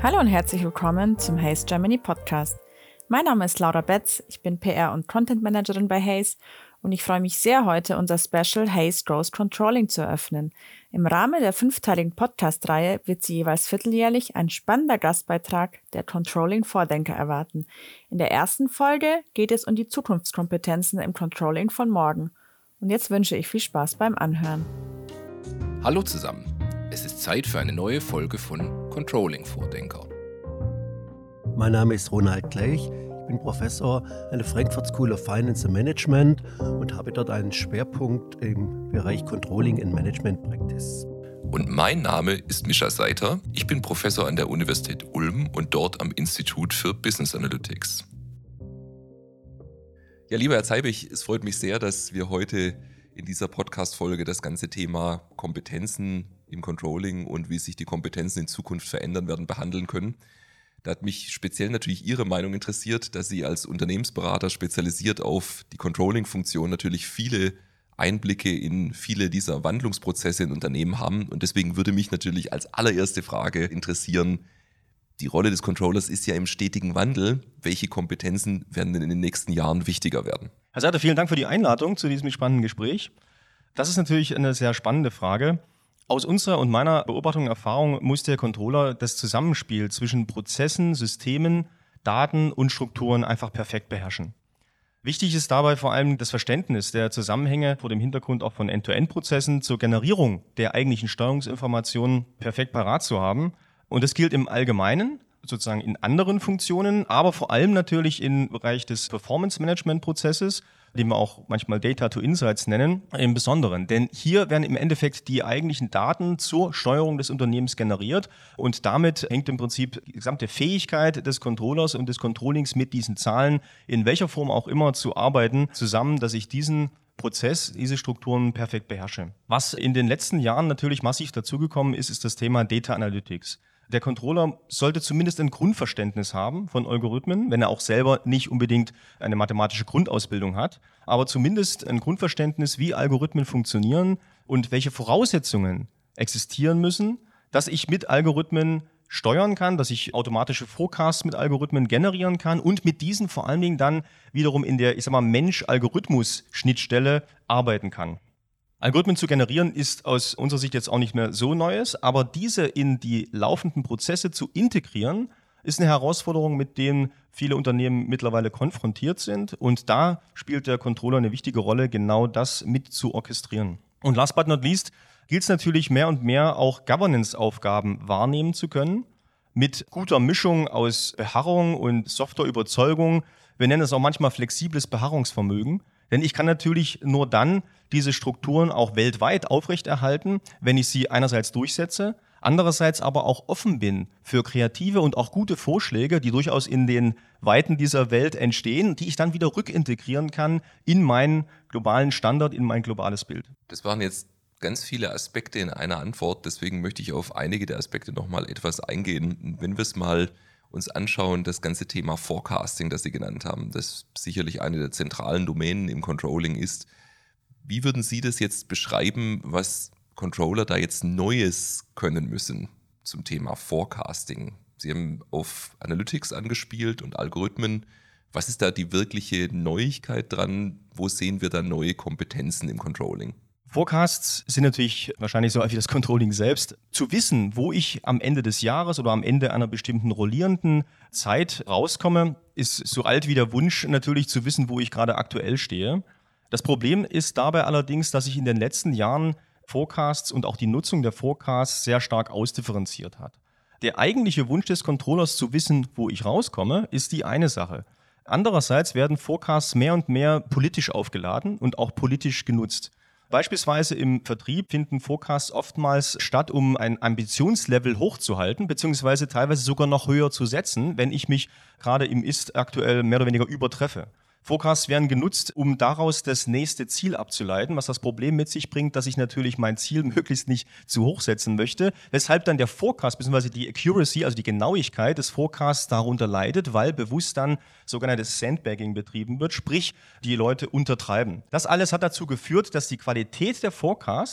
Hallo und herzlich willkommen zum Hays Germany Podcast. Mein Name ist Laura Betz, ich bin PR- und Content Managerin bei Hays und ich freue mich sehr, heute unser Special Hays Growth Controlling zu eröffnen. Im Rahmen der 5-teiligen Podcast-Reihe wird Sie jeweils vierteljährlich ein spannender Gastbeitrag der Controlling-Vordenker erwarten. In der ersten Folge geht es um die Zukunftskompetenzen im Controlling von morgen. Und jetzt wünsche ich viel Spaß beim Anhören. Hallo zusammen, es ist Zeit für eine neue Folge von Controlling-Vordenker. Mein Name ist Ronald Gleich, ich bin Professor an der Frankfurt School of Finance and Management und habe dort einen Schwerpunkt im Bereich Controlling and Management Practice. Und mein Name ist Mischa Seiter, ich bin Professor an der Universität Ulm und dort am Institut für Business Analytics. Ja, lieber Herr Zeibig, es freut mich sehr, dass wir heute in dieser Podcast-Folge das ganze Thema Kompetenzen im Controlling und wie sich die Kompetenzen in Zukunft verändern werden, behandeln können. Da hat mich speziell natürlich Ihre Meinung interessiert, dass Sie als Unternehmensberater spezialisiert auf die Controlling-Funktion natürlich viele Einblicke in viele dieser Wandlungsprozesse in Unternehmen haben. Und deswegen würde mich natürlich als allererste Frage interessieren, die Rolle des Controllers ist ja im stetigen Wandel. Welche Kompetenzen werden denn in den nächsten Jahren wichtiger werden? Herr Seiter, vielen Dank für die Einladung zu diesem spannenden Gespräch. Das ist natürlich eine sehr spannende Frage. Aus unserer und meiner Beobachtung und Erfahrung muss der Controller das Zusammenspiel zwischen Prozessen, Systemen, Daten und Strukturen einfach perfekt beherrschen. Wichtig ist dabei vor allem das Verständnis der Zusammenhänge vor dem Hintergrund auch von End-to-End-Prozessen zur Generierung der eigentlichen Steuerungsinformationen perfekt parat zu haben. Und das gilt im Allgemeinen, sozusagen in anderen Funktionen, aber vor allem natürlich im Bereich des Performance-Management-Prozesses, den wir auch manchmal Data to Insights nennen, im Besonderen. Denn hier werden im Endeffekt die eigentlichen Daten zur Steuerung des Unternehmens generiert und damit hängt im Prinzip die gesamte Fähigkeit des Controllers und des Controllings mit diesen Zahlen, in welcher Form auch immer zu arbeiten, zusammen, dass ich diesen Prozess, diese Strukturen perfekt beherrsche. Was in den letzten Jahren natürlich massiv dazugekommen ist, ist das Thema Data Analytics. Der Controller sollte zumindest ein Grundverständnis haben von Algorithmen, wenn er auch selber nicht unbedingt eine mathematische Grundausbildung hat, aber zumindest ein Grundverständnis, wie Algorithmen funktionieren und welche Voraussetzungen existieren müssen, dass ich mit Algorithmen steuern kann, dass ich automatische Forecasts mit Algorithmen generieren kann und mit diesen vor allen Dingen dann wiederum in der, Mensch-Algorithmus-Schnittstelle arbeiten kann. Algorithmen zu generieren ist aus unserer Sicht jetzt auch nicht mehr so Neues, aber diese in die laufenden Prozesse zu integrieren, ist eine Herausforderung, mit denen viele Unternehmen mittlerweile konfrontiert sind. Und da spielt der Controller eine wichtige Rolle, genau das mit zu orchestrieren. Und last but not least gilt es natürlich mehr und mehr auch Governance-Aufgaben wahrnehmen zu können, mit guter Mischung aus Beharrung und softer Überzeugung. Wir nennen es auch manchmal flexibles Beharrungsvermögen. Denn ich kann natürlich nur dann diese Strukturen auch weltweit aufrechterhalten, wenn ich sie einerseits durchsetze, andererseits aber auch offen bin für kreative und auch gute Vorschläge, die durchaus in den Weiten dieser Welt entstehen, die ich dann wieder rückintegrieren kann in meinen globalen Standard, in mein globales Bild. Das waren jetzt ganz viele Aspekte in einer Antwort, deswegen möchte ich auf einige der Aspekte nochmal etwas eingehen. Wenn wir es mal uns anschauen, das ganze Thema Forecasting, das Sie genannt haben, das sicherlich eine der zentralen Domänen im Controlling ist. Wie würden Sie das jetzt beschreiben, was Controller da jetzt Neues können müssen zum Thema Forecasting? Sie haben auf Analytics angespielt und Algorithmen. Was ist da die wirkliche Neuigkeit dran? Wo sehen wir da neue Kompetenzen im Controlling? Forecasts sind natürlich wahrscheinlich so alt wie das Controlling selbst. Zu wissen, wo ich am Ende des Jahres oder am Ende einer bestimmten rollierenden Zeit rauskomme, ist so alt wie der Wunsch natürlich zu wissen, wo ich gerade aktuell stehe. Das Problem ist dabei allerdings, dass sich in den letzten Jahren Forecasts und auch die Nutzung der Forecasts sehr stark ausdifferenziert hat. Der eigentliche Wunsch des Controllers zu wissen, wo ich rauskomme, ist die eine Sache. Andererseits werden Forecasts mehr und mehr politisch aufgeladen und auch politisch genutzt. Beispielsweise im Vertrieb finden Forecasts oftmals statt, um ein Ambitionslevel hochzuhalten, beziehungsweise teilweise sogar noch höher zu setzen, wenn ich mich gerade im Ist aktuell mehr oder weniger übertreffe. Forecasts werden genutzt, um daraus das nächste Ziel abzuleiten, was das Problem mit sich bringt, dass ich natürlich mein Ziel möglichst nicht zu hoch setzen möchte, weshalb dann der Forecast bzw. die Accuracy, also die Genauigkeit des Forecasts darunter leidet, weil bewusst dann sogenanntes Sandbagging betrieben wird, sprich die Leute untertreiben. Das alles hat dazu geführt, dass die Qualität der Forecasts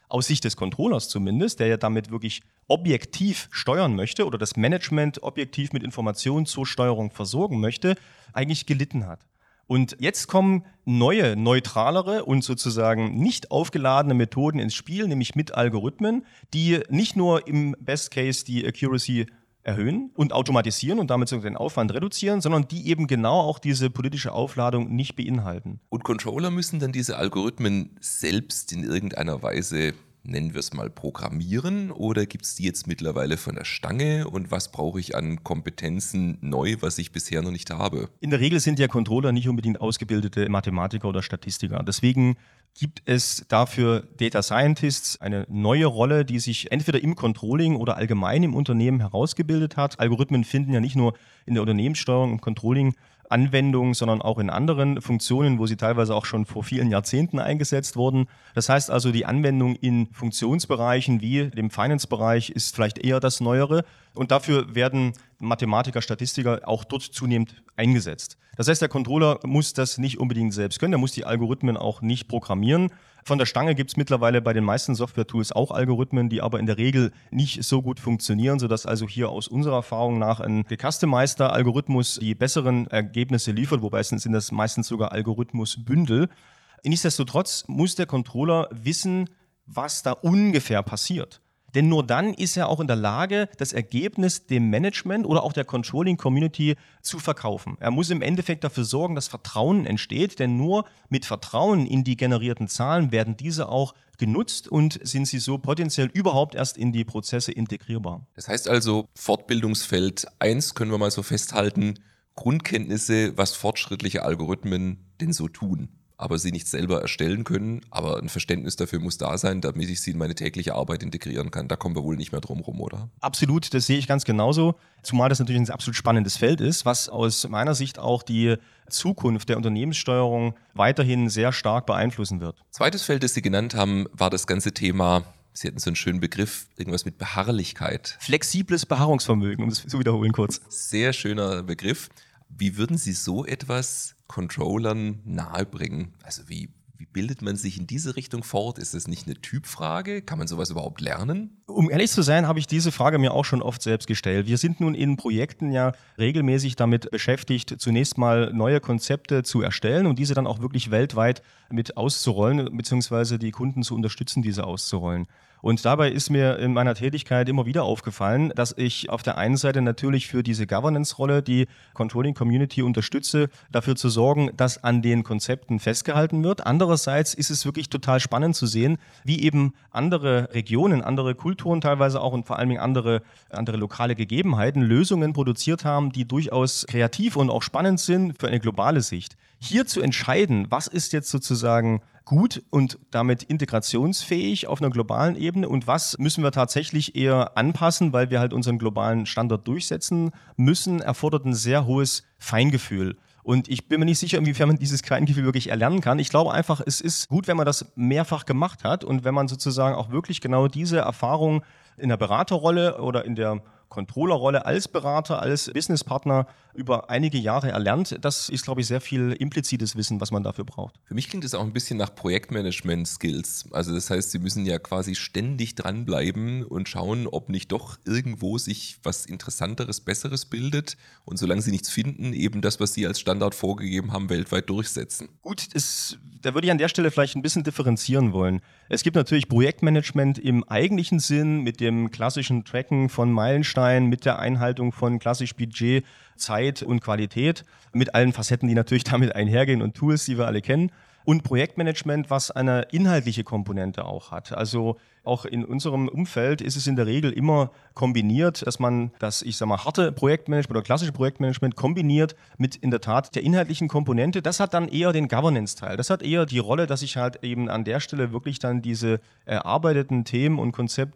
aus Sicht des Controllers zumindest, der ja damit wirklich objektiv steuern möchte oder das Management objektiv mit Informationen zur Steuerung versorgen möchte, eigentlich gelitten hat. Und jetzt kommen neue, neutralere und sozusagen nicht aufgeladene Methoden ins Spiel, nämlich mit Algorithmen, die nicht nur im Best Case die Accuracy erhöhen und automatisieren und damit den Aufwand reduzieren, sondern die eben genau auch diese politische Aufladung nicht beinhalten. Und Controller müssen dann diese Algorithmen selbst in irgendeiner Weise, nennen wir es mal, programmieren, oder gibt es die jetzt mittlerweile von der Stange und was brauche ich an Kompetenzen neu, was ich bisher noch nicht habe? In der Regel sind ja Controller nicht unbedingt ausgebildete Mathematiker oder Statistiker. Deswegen gibt es dafür Data Scientists, eine neue Rolle, die sich entweder im Controlling oder allgemein im Unternehmen herausgebildet hat. Algorithmen finden ja nicht nur in der Unternehmenssteuerung und Controlling Anwendungen, sondern auch in anderen Funktionen, wo sie teilweise auch schon vor vielen Jahrzehnten eingesetzt wurden. Das heißt also, die Anwendung in Funktionsbereichen wie dem Finance-Bereich ist vielleicht eher das Neuere und dafür werden Mathematiker, Statistiker auch dort zunehmend eingesetzt. Das heißt, der Controller muss das nicht unbedingt selbst können, der muss die Algorithmen auch nicht programmieren. Von der Stange gibt es mittlerweile bei den meisten Software-Tools auch Algorithmen, die aber in der Regel nicht so gut funktionieren, sodass also hier aus unserer Erfahrung nach ein gecustomizeder Algorithmus die besseren Ergebnisse liefert, wobei sind das meistens sogar Algorithmusbündel. Nichtsdestotrotz muss der Controller wissen, was da ungefähr passiert. Denn nur dann ist er auch in der Lage, das Ergebnis dem Management oder auch der Controlling-Community zu verkaufen. Er muss im Endeffekt dafür sorgen, dass Vertrauen entsteht, denn nur mit Vertrauen in die generierten Zahlen werden diese auch genutzt und sind sie so potenziell überhaupt erst in die Prozesse integrierbar. Das heißt also, Fortbildungsfeld 1 können wir mal so festhalten, Grundkenntnisse, was fortschrittliche Algorithmen denn so tun. Aber sie nicht selber erstellen können, aber ein Verständnis dafür muss da sein, damit ich sie in meine tägliche Arbeit integrieren kann. Da kommen wir wohl nicht mehr drum rum, oder? Absolut, das sehe ich ganz genauso, zumal das natürlich ein absolut spannendes Feld ist, was aus meiner Sicht auch die Zukunft der Unternehmenssteuerung weiterhin sehr stark beeinflussen wird. Zweites Feld, das Sie genannt haben, war das ganze Thema, Sie hatten so einen schönen Begriff, irgendwas mit Beharrlichkeit. Flexibles Beharrungsvermögen, um das zu wiederholen kurz. Sehr schöner Begriff. Wie würden Sie so etwas Controllern nahebringen? Also wie bildet man sich in diese Richtung fort? Ist das nicht eine Typfrage? Kann man sowas überhaupt lernen? Um ehrlich zu sein, habe ich diese Frage mir auch schon oft selbst gestellt. Wir sind nun in Projekten ja regelmäßig damit beschäftigt, zunächst mal neue Konzepte zu erstellen und diese dann auch wirklich weltweit mit auszurollen, beziehungsweise die Kunden zu unterstützen, diese auszurollen. Und dabei ist mir in meiner Tätigkeit immer wieder aufgefallen, dass ich auf der einen Seite natürlich für diese Governance-Rolle die Controlling-Community unterstütze, dafür zu sorgen, dass an den Konzepten festgehalten wird. Andererseits ist es wirklich total spannend zu sehen, wie eben andere Regionen, andere Kulturen teilweise auch und vor allem andere lokale Gegebenheiten Lösungen produziert haben, die durchaus kreativ und auch spannend sind für eine globale Sicht. Hier zu entscheiden, was ist jetzt sozusagen gut und damit integrationsfähig auf einer globalen Ebene und was müssen wir tatsächlich eher anpassen, weil wir halt unseren globalen Standard durchsetzen müssen, erfordert ein sehr hohes Feingefühl. Und ich bin mir nicht sicher, inwiefern man dieses Feingefühl wirklich erlernen kann. Ich glaube einfach, es ist gut, wenn man das mehrfach gemacht hat und wenn man sozusagen auch wirklich genau diese Erfahrung in der Beraterrolle oder in der Controllerrolle als Berater, als Businesspartner über einige Jahre erlernt. Das ist, glaube ich, sehr viel implizites Wissen, was man dafür braucht. Für mich klingt es auch ein bisschen nach Projektmanagement-Skills. Also das heißt, Sie müssen ja quasi ständig dranbleiben und schauen, ob nicht doch irgendwo sich was Interessanteres, Besseres bildet und solange Sie nichts finden, eben das, was Sie als Standard vorgegeben haben, weltweit durchsetzen. Gut, da würde ich an der Stelle vielleicht ein bisschen differenzieren wollen. Es gibt natürlich Projektmanagement im eigentlichen Sinn mit dem klassischen Tracken von Meilensteinen, mit der Einhaltung von klassisch Budget, Zeit und Qualität, mit allen Facetten, die natürlich damit einhergehen und Tools, die wir alle kennen. Und Projektmanagement, was eine inhaltliche Komponente auch hat. Also auch in unserem Umfeld ist es in der Regel immer kombiniert, dass man das, harte Projektmanagement oder klassische Projektmanagement kombiniert mit in der Tat der inhaltlichen Komponente. Das hat dann eher den Governance-Teil. Das hat eher die Rolle, dass ich halt eben an der Stelle wirklich dann diese erarbeiteten Themen und Konzepte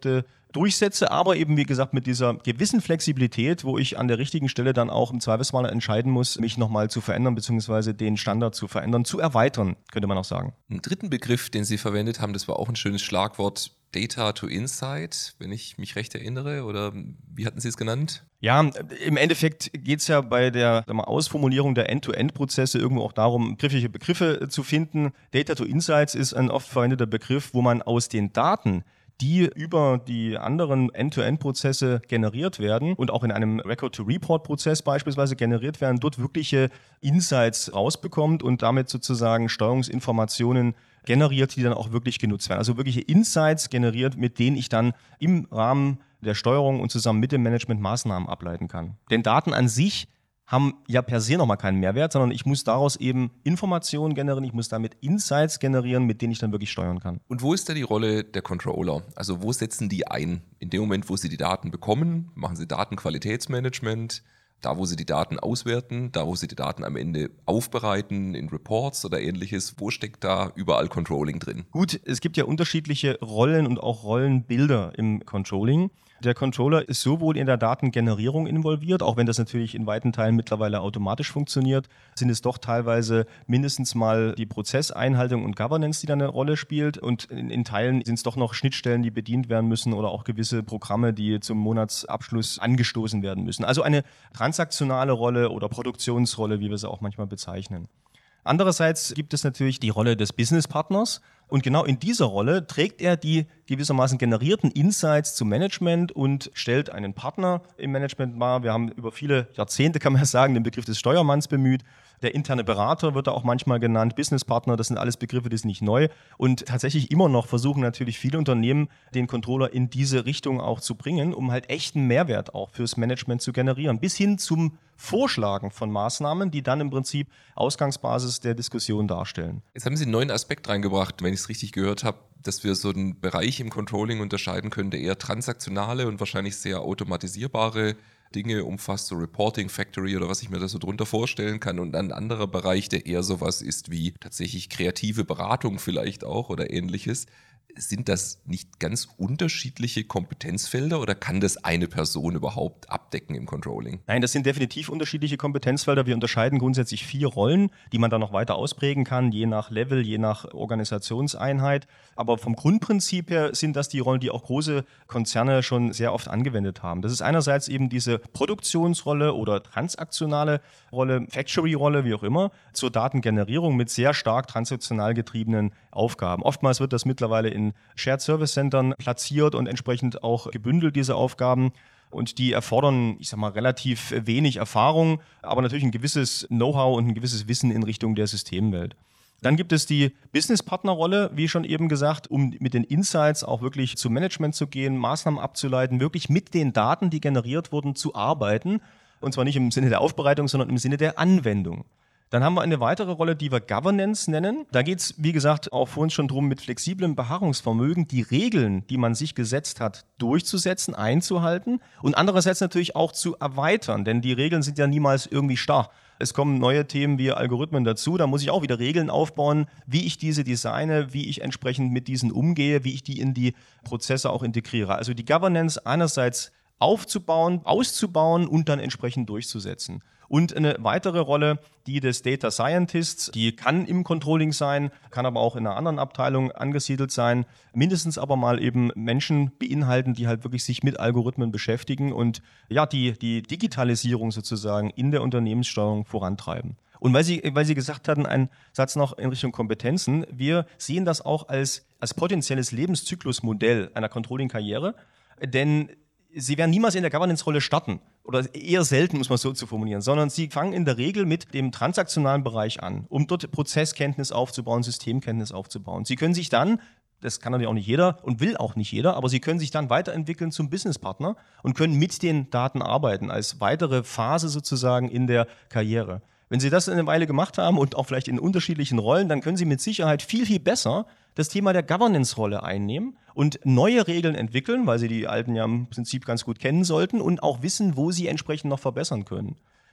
durchsetze, aber eben, wie gesagt, mit dieser gewissen Flexibilität, wo ich an der richtigen Stelle dann auch im Zweifelsfall entscheiden muss, mich nochmal zu verändern, beziehungsweise den Standard zu verändern, zu erweitern, könnte man auch sagen. Einen dritten Begriff, den Sie verwendet haben, das war auch ein schönes Schlagwort, Data to Insight, wenn ich mich recht erinnere, oder wie hatten Sie es genannt? Ja, im Endeffekt geht es ja bei der Ausformulierung der End-to-End-Prozesse irgendwo auch darum, griffige Begriffe zu finden. Data to Insights ist ein oft verwendeter Begriff, wo man aus den Daten, die über die anderen End-to-End-Prozesse generiert werden und auch in einem Record-to-Report-Prozess beispielsweise generiert werden, dort wirkliche Insights rausbekommt und damit sozusagen Steuerungsinformationen generiert, die dann auch wirklich genutzt werden. Also wirkliche Insights generiert, mit denen ich dann im Rahmen der Steuerung und zusammen mit dem Management Maßnahmen ableiten kann. Denn Daten an sich haben ja per se nochmal keinen Mehrwert, sondern ich muss daraus eben Informationen generieren, ich muss damit Insights generieren, mit denen ich dann wirklich steuern kann. Und wo ist da die Rolle der Controller? Also wo setzen die ein? In dem Moment, wo sie die Daten bekommen, machen sie Datenqualitätsmanagement, da wo sie die Daten auswerten, da wo sie die Daten am Ende aufbereiten in Reports oder ähnliches, wo steckt da überall Controlling drin? Gut, es gibt ja unterschiedliche Rollen und auch Rollenbilder im Controlling. Der Controller ist sowohl in der Datengenerierung involviert, auch wenn das natürlich in weiten Teilen mittlerweile automatisch funktioniert, sind es doch teilweise mindestens mal die Prozesseinhaltung und Governance, die da eine Rolle spielt. Und in Teilen sind es doch noch Schnittstellen, die bedient werden müssen oder auch gewisse Programme, die zum Monatsabschluss angestoßen werden müssen. Also eine transaktionale Rolle oder Produktionsrolle, wie wir sie auch manchmal bezeichnen. Andererseits gibt es natürlich die Rolle des Businesspartners und genau in dieser Rolle trägt er die gewissermaßen generierten Insights zum Management und stellt einen Partner im Management dar. Wir haben über viele Jahrzehnte, kann man sagen, den Begriff des Steuermanns bemüht. Der interne Berater wird da auch manchmal genannt, Businesspartner, das sind alles Begriffe, die sind nicht neu. Und tatsächlich immer noch versuchen natürlich viele Unternehmen, den Controller in diese Richtung auch zu bringen, um halt echten Mehrwert auch fürs Management zu generieren. Bis hin zum Vorschlagen von Maßnahmen, die dann im Prinzip Ausgangsbasis der Diskussion darstellen. Jetzt haben Sie einen neuen Aspekt reingebracht, wenn ich es richtig gehört habe, dass wir so einen Bereich im Controlling unterscheiden können, der eher transaktionale und wahrscheinlich sehr automatisierbare Dinge umfasst, so Reporting Factory oder was ich mir da so drunter vorstellen kann, und ein anderer Bereich, der eher sowas ist wie tatsächlich kreative Beratung vielleicht auch oder ähnliches. Sind das nicht ganz unterschiedliche Kompetenzfelder oder kann das eine Person überhaupt abdecken im Controlling? Nein, das sind definitiv unterschiedliche Kompetenzfelder. Wir unterscheiden grundsätzlich 4 Rollen, die man dann noch weiter ausprägen kann, je nach Level, je nach Organisationseinheit. Aber vom Grundprinzip her sind das die Rollen, die auch große Konzerne schon sehr oft angewendet haben. Das ist einerseits eben diese Produktionsrolle oder transaktionale Rolle, Factory-Rolle, wie auch immer, zur Datengenerierung mit sehr stark transaktional getriebenen Aufgaben. Oftmals wird das mittlerweile in Shared Service Centern platziert und entsprechend auch gebündelt, diese Aufgaben. Und die erfordern, ich sag mal, relativ wenig Erfahrung, aber natürlich ein gewisses Know-how und ein gewisses Wissen in Richtung der Systemwelt. Dann gibt es die Business-Partner-Rolle, wie schon eben gesagt, um mit den Insights auch wirklich zum Management zu gehen, Maßnahmen abzuleiten, wirklich mit den Daten, die generiert wurden, zu arbeiten. Und zwar nicht im Sinne der Aufbereitung, sondern im Sinne der Anwendung. Dann haben wir eine weitere Rolle, die wir Governance nennen. Da geht es, wie gesagt, auch vorhin schon darum, mit flexiblem Beharrungsvermögen die Regeln, die man sich gesetzt hat, durchzusetzen, einzuhalten und andererseits natürlich auch zu erweitern, denn die Regeln sind ja niemals irgendwie starr. Es kommen neue Themen wie Algorithmen dazu, da muss ich auch wieder Regeln aufbauen, wie ich diese designe, wie ich entsprechend mit diesen umgehe, wie ich die in die Prozesse auch integriere. Also die Governance einerseits aufzubauen, auszubauen und dann entsprechend durchzusetzen. Und eine weitere Rolle, die des Data Scientists, die kann im Controlling sein, kann aber auch in einer anderen Abteilung angesiedelt sein, mindestens aber mal eben Menschen beinhalten, die halt wirklich sich mit Algorithmen beschäftigen und ja, die Digitalisierung sozusagen in der Unternehmenssteuerung vorantreiben. Und weil Sie gesagt hatten, ein Satz noch in Richtung Kompetenzen, wir sehen das auch als potenzielles Lebenszyklusmodell einer Controlling-Karriere, denn Sie werden niemals in der Governance-Rolle starten oder eher selten, muss man so zu formulieren, sondern Sie fangen in der Regel mit dem transaktionalen Bereich an, um dort Prozesskenntnis aufzubauen, Systemkenntnis aufzubauen. Sie können sich dann, das kann natürlich auch nicht jeder und will auch nicht jeder, aber Sie können sich dann weiterentwickeln zum Businesspartner und können mit den Daten arbeiten als weitere Phase sozusagen in der Karriere. Wenn Sie das eine Weile gemacht haben und auch vielleicht in unterschiedlichen Rollen, dann können Sie mit Sicherheit viel, viel besser das Thema der Governance-Rolle einnehmen und neue Regeln entwickeln, weil Sie die alten ja im Prinzip ganz gut kennen sollten und auch wissen, wo Sie entsprechend noch verbessern können.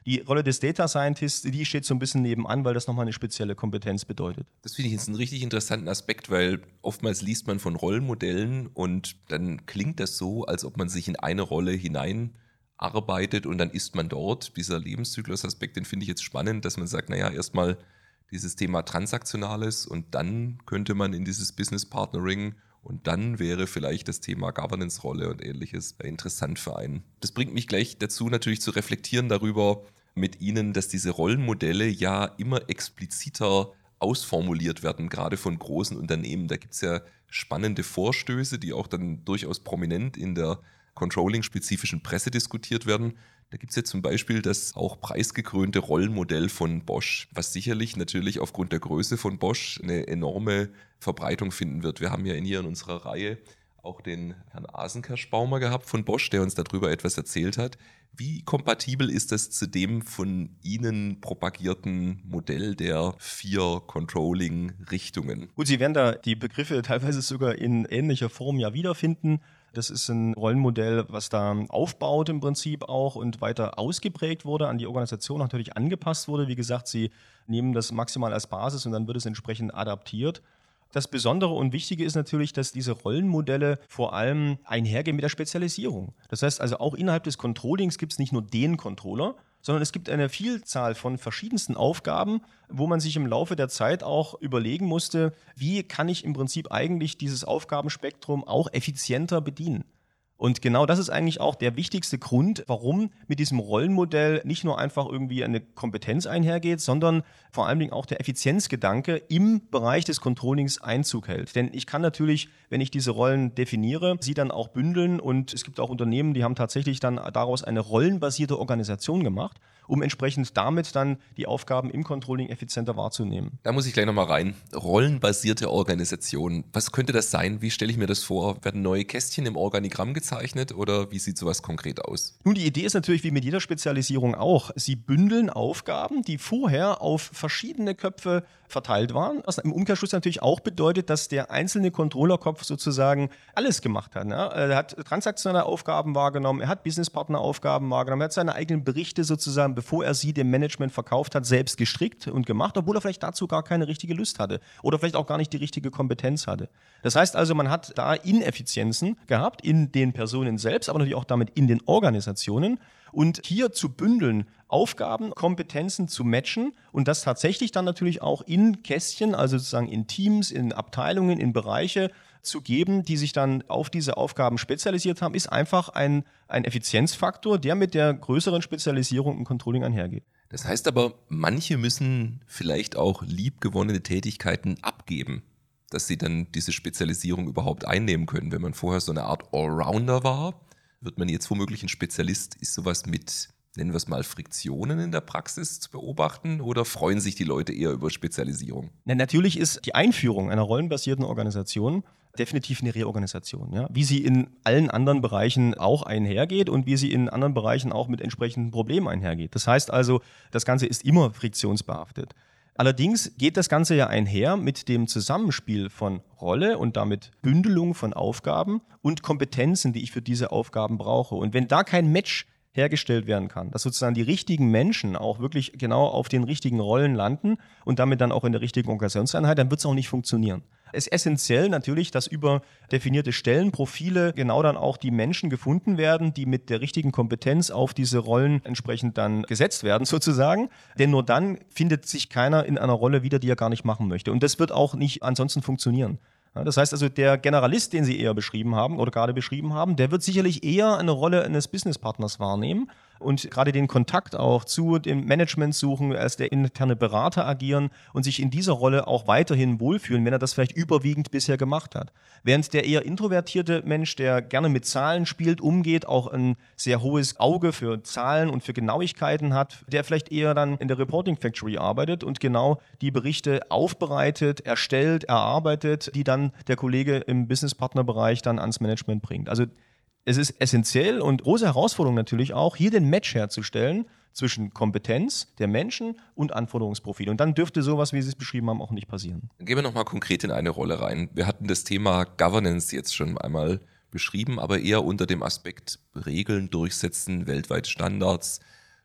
Die Rolle des Data Scientists, die steht so ein bisschen nebenan, weil das nochmal eine spezielle Kompetenz bedeutet. Das finde ich jetzt einen richtig interessanten Aspekt, weil oftmals liest man von Rollenmodellen und dann klingt das so, als ob man sich in eine Rolle hineinarbeitet und dann ist man dort. Dieser Lebenszyklusaspekt, den finde ich jetzt spannend, dass man sagt, naja, erstmal dieses Thema Transaktionales und dann könnte man in dieses Business Partnering und dann wäre vielleicht das Thema Governance-Rolle und ähnliches interessant für einen. Das bringt mich gleich dazu, natürlich zu reflektieren darüber mit Ihnen, dass diese Rollenmodelle ja immer expliziter ausformuliert werden, gerade von großen Unternehmen. Da gibt es ja spannende Vorstöße, die auch dann durchaus prominent in der Controlling-spezifischen Presse diskutiert werden. Da gibt es ja zum Beispiel das auch preisgekrönte Rollenmodell von Bosch, was sicherlich natürlich aufgrund der Größe von Bosch eine enorme Verbreitung finden wird. Wir haben ja hier in unserer Reihe auch den Herrn Asenkerschbaumer gehabt von Bosch, der uns darüber etwas erzählt hat. Wie kompatibel ist das zu dem von Ihnen propagierten Modell der 4 Controlling-Richtungen? Gut, Sie werden da die Begriffe teilweise sogar in ähnlicher Form ja wiederfinden. Das ist ein Rollenmodell, was da aufbaut im Prinzip auch und weiter ausgeprägt wurde, an die Organisation natürlich angepasst wurde. Wie gesagt, Sie nehmen das maximal als Basis und dann wird es entsprechend adaptiert. Das Besondere und Wichtige ist natürlich, dass diese Rollenmodelle vor allem einhergehen mit der Spezialisierung. Das heißt also, auch innerhalb des Controllings gibt es nicht nur den Controller, sondern es gibt eine Vielzahl von verschiedensten Aufgaben, wo man sich im Laufe der Zeit auch überlegen musste, wie kann ich im Prinzip eigentlich dieses Aufgabenspektrum auch effizienter bedienen. Und genau das ist eigentlich auch der wichtigste Grund, warum mit diesem Rollenmodell nicht nur einfach irgendwie eine Kompetenz einhergeht, sondern vor allen Dingen auch der Effizienzgedanke im Bereich des Controllings Einzug hält. Denn ich kann natürlich, wenn ich diese Rollen definiere, sie dann auch bündeln und es gibt auch Unternehmen, die haben tatsächlich dann daraus eine rollenbasierte Organisation gemacht, um entsprechend damit dann die Aufgaben im Controlling effizienter wahrzunehmen. Da muss ich gleich nochmal rein. Rollenbasierte Organisation. Was könnte das sein? Wie stelle ich mir das vor? Werden neue Kästchen im Organigramm gezeichnet oder wie sieht sowas konkret aus? Nun, die Idee ist natürlich wie mit jeder Spezialisierung auch. Sie bündeln Aufgaben, die vorher auf verschiedene Köpfe verteilt waren, was im Umkehrschluss natürlich auch bedeutet, dass der einzelne Controllerkopf sozusagen alles gemacht hat. Ne? Er hat transaktionelle Aufgaben wahrgenommen, er hat Businesspartner-Aufgaben wahrgenommen, er hat seine eigenen Berichte sozusagen, bevor er sie dem Management verkauft hat, selbst gestrickt und gemacht, obwohl er vielleicht dazu gar keine richtige Lust hatte oder vielleicht auch gar nicht die richtige Kompetenz hatte. Das heißt also, man hat da Ineffizienzen gehabt in den Personen selbst, aber natürlich auch damit in den Organisationen. Und hier zu bündeln, Aufgaben, Kompetenzen zu matchen und das tatsächlich dann natürlich auch in Kästchen, also sozusagen in Teams, in Abteilungen, in Bereiche zu geben, die sich dann auf diese Aufgaben spezialisiert haben, ist einfach ein Effizienzfaktor, der mit der größeren Spezialisierung im Controlling einhergeht. Das heißt aber, manche müssen vielleicht auch liebgewonnene Tätigkeiten abgeben, dass sie dann diese Spezialisierung überhaupt einnehmen können. Wenn man vorher so eine Art Allrounder war, wird man jetzt womöglich ein Spezialist. Ist sowas mit, nennen wir es mal, Friktionen in der Praxis zu beobachten oder freuen sich die Leute eher über Spezialisierung? Na, natürlich ist die Einführung einer rollenbasierten Organisation definitiv eine Reorganisation, ja? Wie sie in allen anderen Bereichen auch einhergeht und wie sie in anderen Bereichen auch mit entsprechenden Problemen einhergeht. Das heißt also, das Ganze ist immer friktionsbehaftet. Allerdings geht das Ganze ja einher mit dem Zusammenspiel von Rolle und damit Bündelung von Aufgaben und Kompetenzen, die ich für diese Aufgaben brauche. Und wenn da kein Match hergestellt werden kann, dass sozusagen die richtigen Menschen auch wirklich genau auf den richtigen Rollen landen und damit dann auch in der richtigen Organisationseinheit, dann wird es auch nicht funktionieren. Es ist essentiell natürlich, dass über definierte Stellenprofile genau dann auch die Menschen gefunden werden, die mit der richtigen Kompetenz auf diese Rollen entsprechend dann gesetzt werden sozusagen. Denn nur dann findet sich keiner in einer Rolle wieder, die er gar nicht machen möchte. Und das wird auch nicht ansonsten funktionieren. Ja, das heißt also, der Generalist, den Sie eher beschrieben haben oder gerade beschrieben haben, der wird sicherlich eher eine Rolle eines Businesspartners wahrnehmen und gerade den Kontakt auch zu dem Management suchen, als der interne Berater agieren und sich in dieser Rolle auch weiterhin wohlfühlen, wenn er das vielleicht überwiegend bisher gemacht hat. Während der eher introvertierte Mensch, der gerne mit Zahlen spielt, umgeht, auch ein sehr hohes Auge für Zahlen und für Genauigkeiten hat, der vielleicht eher dann in der Reporting Factory arbeitet und genau die Berichte aufbereitet, erstellt, erarbeitet, die dann der Kollege im Businesspartnerbereich dann ans Management bringt. Also es ist essentiell und große Herausforderung natürlich auch, hier den Match herzustellen zwischen Kompetenz der Menschen und Anforderungsprofil. Und dann dürfte sowas, wie Sie es beschrieben haben, auch nicht passieren. Dann gehen wir nochmal konkret in eine Rolle rein. Wir hatten das Thema Governance jetzt schon einmal beschrieben, aber eher unter dem Aspekt Regeln durchsetzen, weltweite Standards.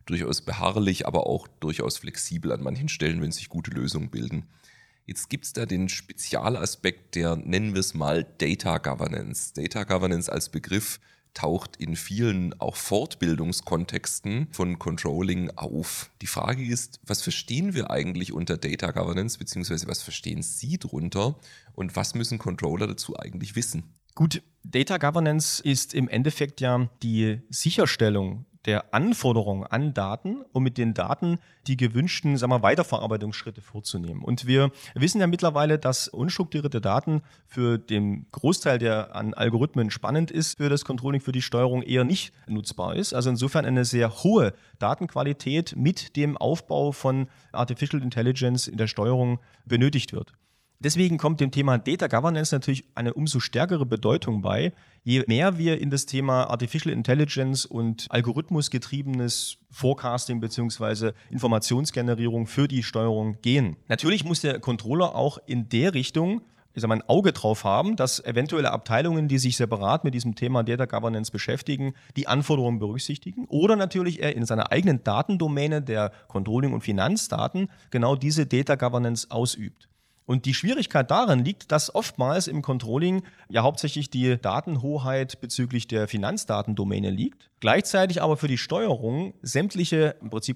durchaus beharrlich, aber auch durchaus flexibel an manchen Stellen, wenn sich gute Lösungen bilden. Jetzt gibt es da den Spezialaspekt der, nennen wir es mal, Data Governance. Data Governance als Begriff taucht in vielen auch Fortbildungskontexten von Controlling auf. Die Frage ist, was verstehen wir eigentlich unter Data Governance, beziehungsweise was verstehen Sie drunter und was müssen Controller dazu eigentlich wissen? Gut, Data Governance ist im Endeffekt ja die Sicherstellung der Anforderungen an Daten, um mit den Daten die gewünschten, Weiterverarbeitungsschritte vorzunehmen. Und wir wissen ja mittlerweile, dass unstrukturierte Daten für den Großteil, der an Algorithmen spannend ist, für das Controlling, für die Steuerung eher nicht nutzbar ist. Also insofern eine sehr hohe Datenqualität mit dem Aufbau von Artificial Intelligence in der Steuerung benötigt wird. Deswegen kommt dem Thema Data Governance natürlich eine umso stärkere Bedeutung bei, je mehr wir in das Thema Artificial Intelligence und algorithmusgetriebenes Forecasting bzw. Informationsgenerierung für die Steuerung gehen. Natürlich muss der Controller auch in der Richtung ein Auge drauf haben, dass eventuelle Abteilungen, die sich separat mit diesem Thema Data Governance beschäftigen, die Anforderungen berücksichtigen oder natürlich er in seiner eigenen Datendomäne der Controlling- und Finanzdaten genau diese Data Governance ausübt. Und die Schwierigkeit darin liegt, dass oftmals im Controlling ja hauptsächlich die Datenhoheit bezüglich der Finanzdatendomäne liegt. Gleichzeitig aber für die Steuerung sämtliche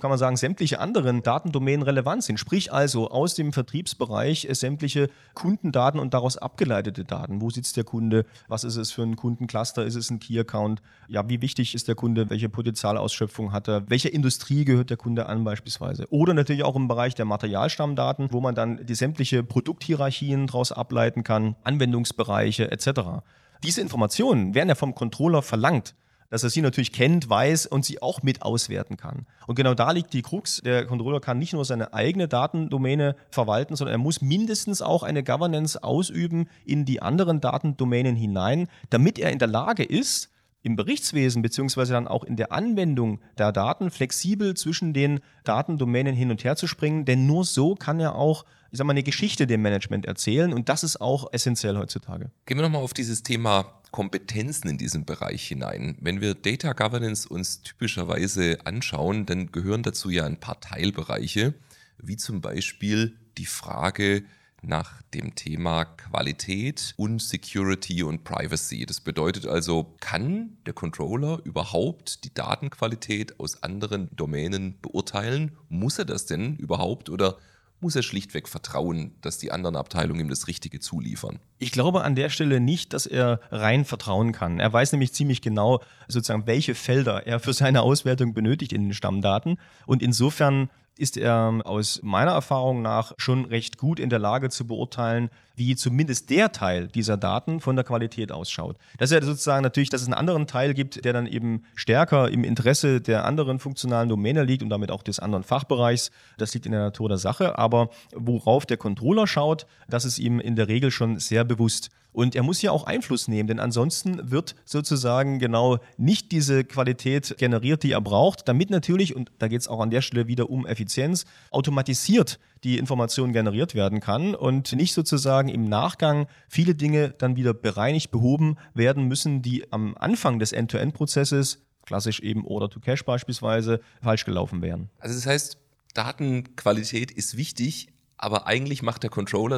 anderen Datendomänen relevant sind. Sprich also aus dem Vertriebsbereich sämtliche Kundendaten und daraus abgeleitete Daten. Wo sitzt der Kunde? Was ist es für ein Kundencluster? Ist es ein Key-Account? Ja, wie wichtig ist der Kunde? Welche Potenzialausschöpfung hat er? Welcher Industrie gehört der Kunde an beispielsweise? Oder natürlich auch im Bereich der Materialstammdaten, wo man dann die sämtliche Produkthierarchien daraus ableiten kann, Anwendungsbereiche etc. Diese Informationen werden ja vom Controller verlangt, dass er sie natürlich kennt, weiß und sie auch mit auswerten kann. Und genau da liegt die Krux. Der Controller kann nicht nur seine eigene Datendomäne verwalten, sondern er muss mindestens auch eine Governance ausüben in die anderen Datendomänen hinein, damit er in der Lage ist, im Berichtswesen beziehungsweise dann auch in der Anwendung der Daten flexibel zwischen den Datendomänen hin und her zu springen, denn nur so kann er auch eine Geschichte dem Management erzählen und das ist auch essentiell heutzutage. Gehen wir nochmal auf dieses Thema Kompetenzen in diesem Bereich hinein. Wenn wir Data Governance uns typischerweise anschauen, dann gehören dazu ja ein paar Teilbereiche, wie zum Beispiel die Frage nach dem Thema Qualität und Security und Privacy. Das bedeutet also, kann der Controller überhaupt die Datenqualität aus anderen Domänen beurteilen? Muss er das denn überhaupt oder muss er schlichtweg vertrauen, dass die anderen Abteilungen ihm das Richtige zuliefern? Ich glaube an der Stelle nicht, dass er rein vertrauen kann. Er weiß nämlich ziemlich genau, welche Felder er für seine Auswertung benötigt in den Stammdaten. Und insofern ist er aus meiner Erfahrung nach schon recht gut in der Lage zu beurteilen, wie zumindest der Teil dieser Daten von der Qualität ausschaut. Das ist ja sozusagen natürlich, dass es einen anderen Teil gibt, der dann eben stärker im Interesse der anderen funktionalen Domäne liegt und damit auch des anderen Fachbereichs. Das liegt in der Natur der Sache. Aber worauf der Controller schaut, das ist ihm in der Regel schon sehr bewusst. Und er muss ja auch Einfluss nehmen, denn ansonsten wird sozusagen genau nicht diese Qualität generiert, die er braucht, damit natürlich, und da geht es auch an der Stelle wieder um Effizienz, automatisiert die Information generiert werden kann und nicht sozusagen im Nachgang viele Dinge dann wieder bereinigt, behoben werden müssen, die am Anfang des End-to-End-Prozesses, klassisch eben Order-to-Cash beispielsweise, falsch gelaufen wären. Also das heißt, Datenqualität ist wichtig, aber eigentlich macht der Controller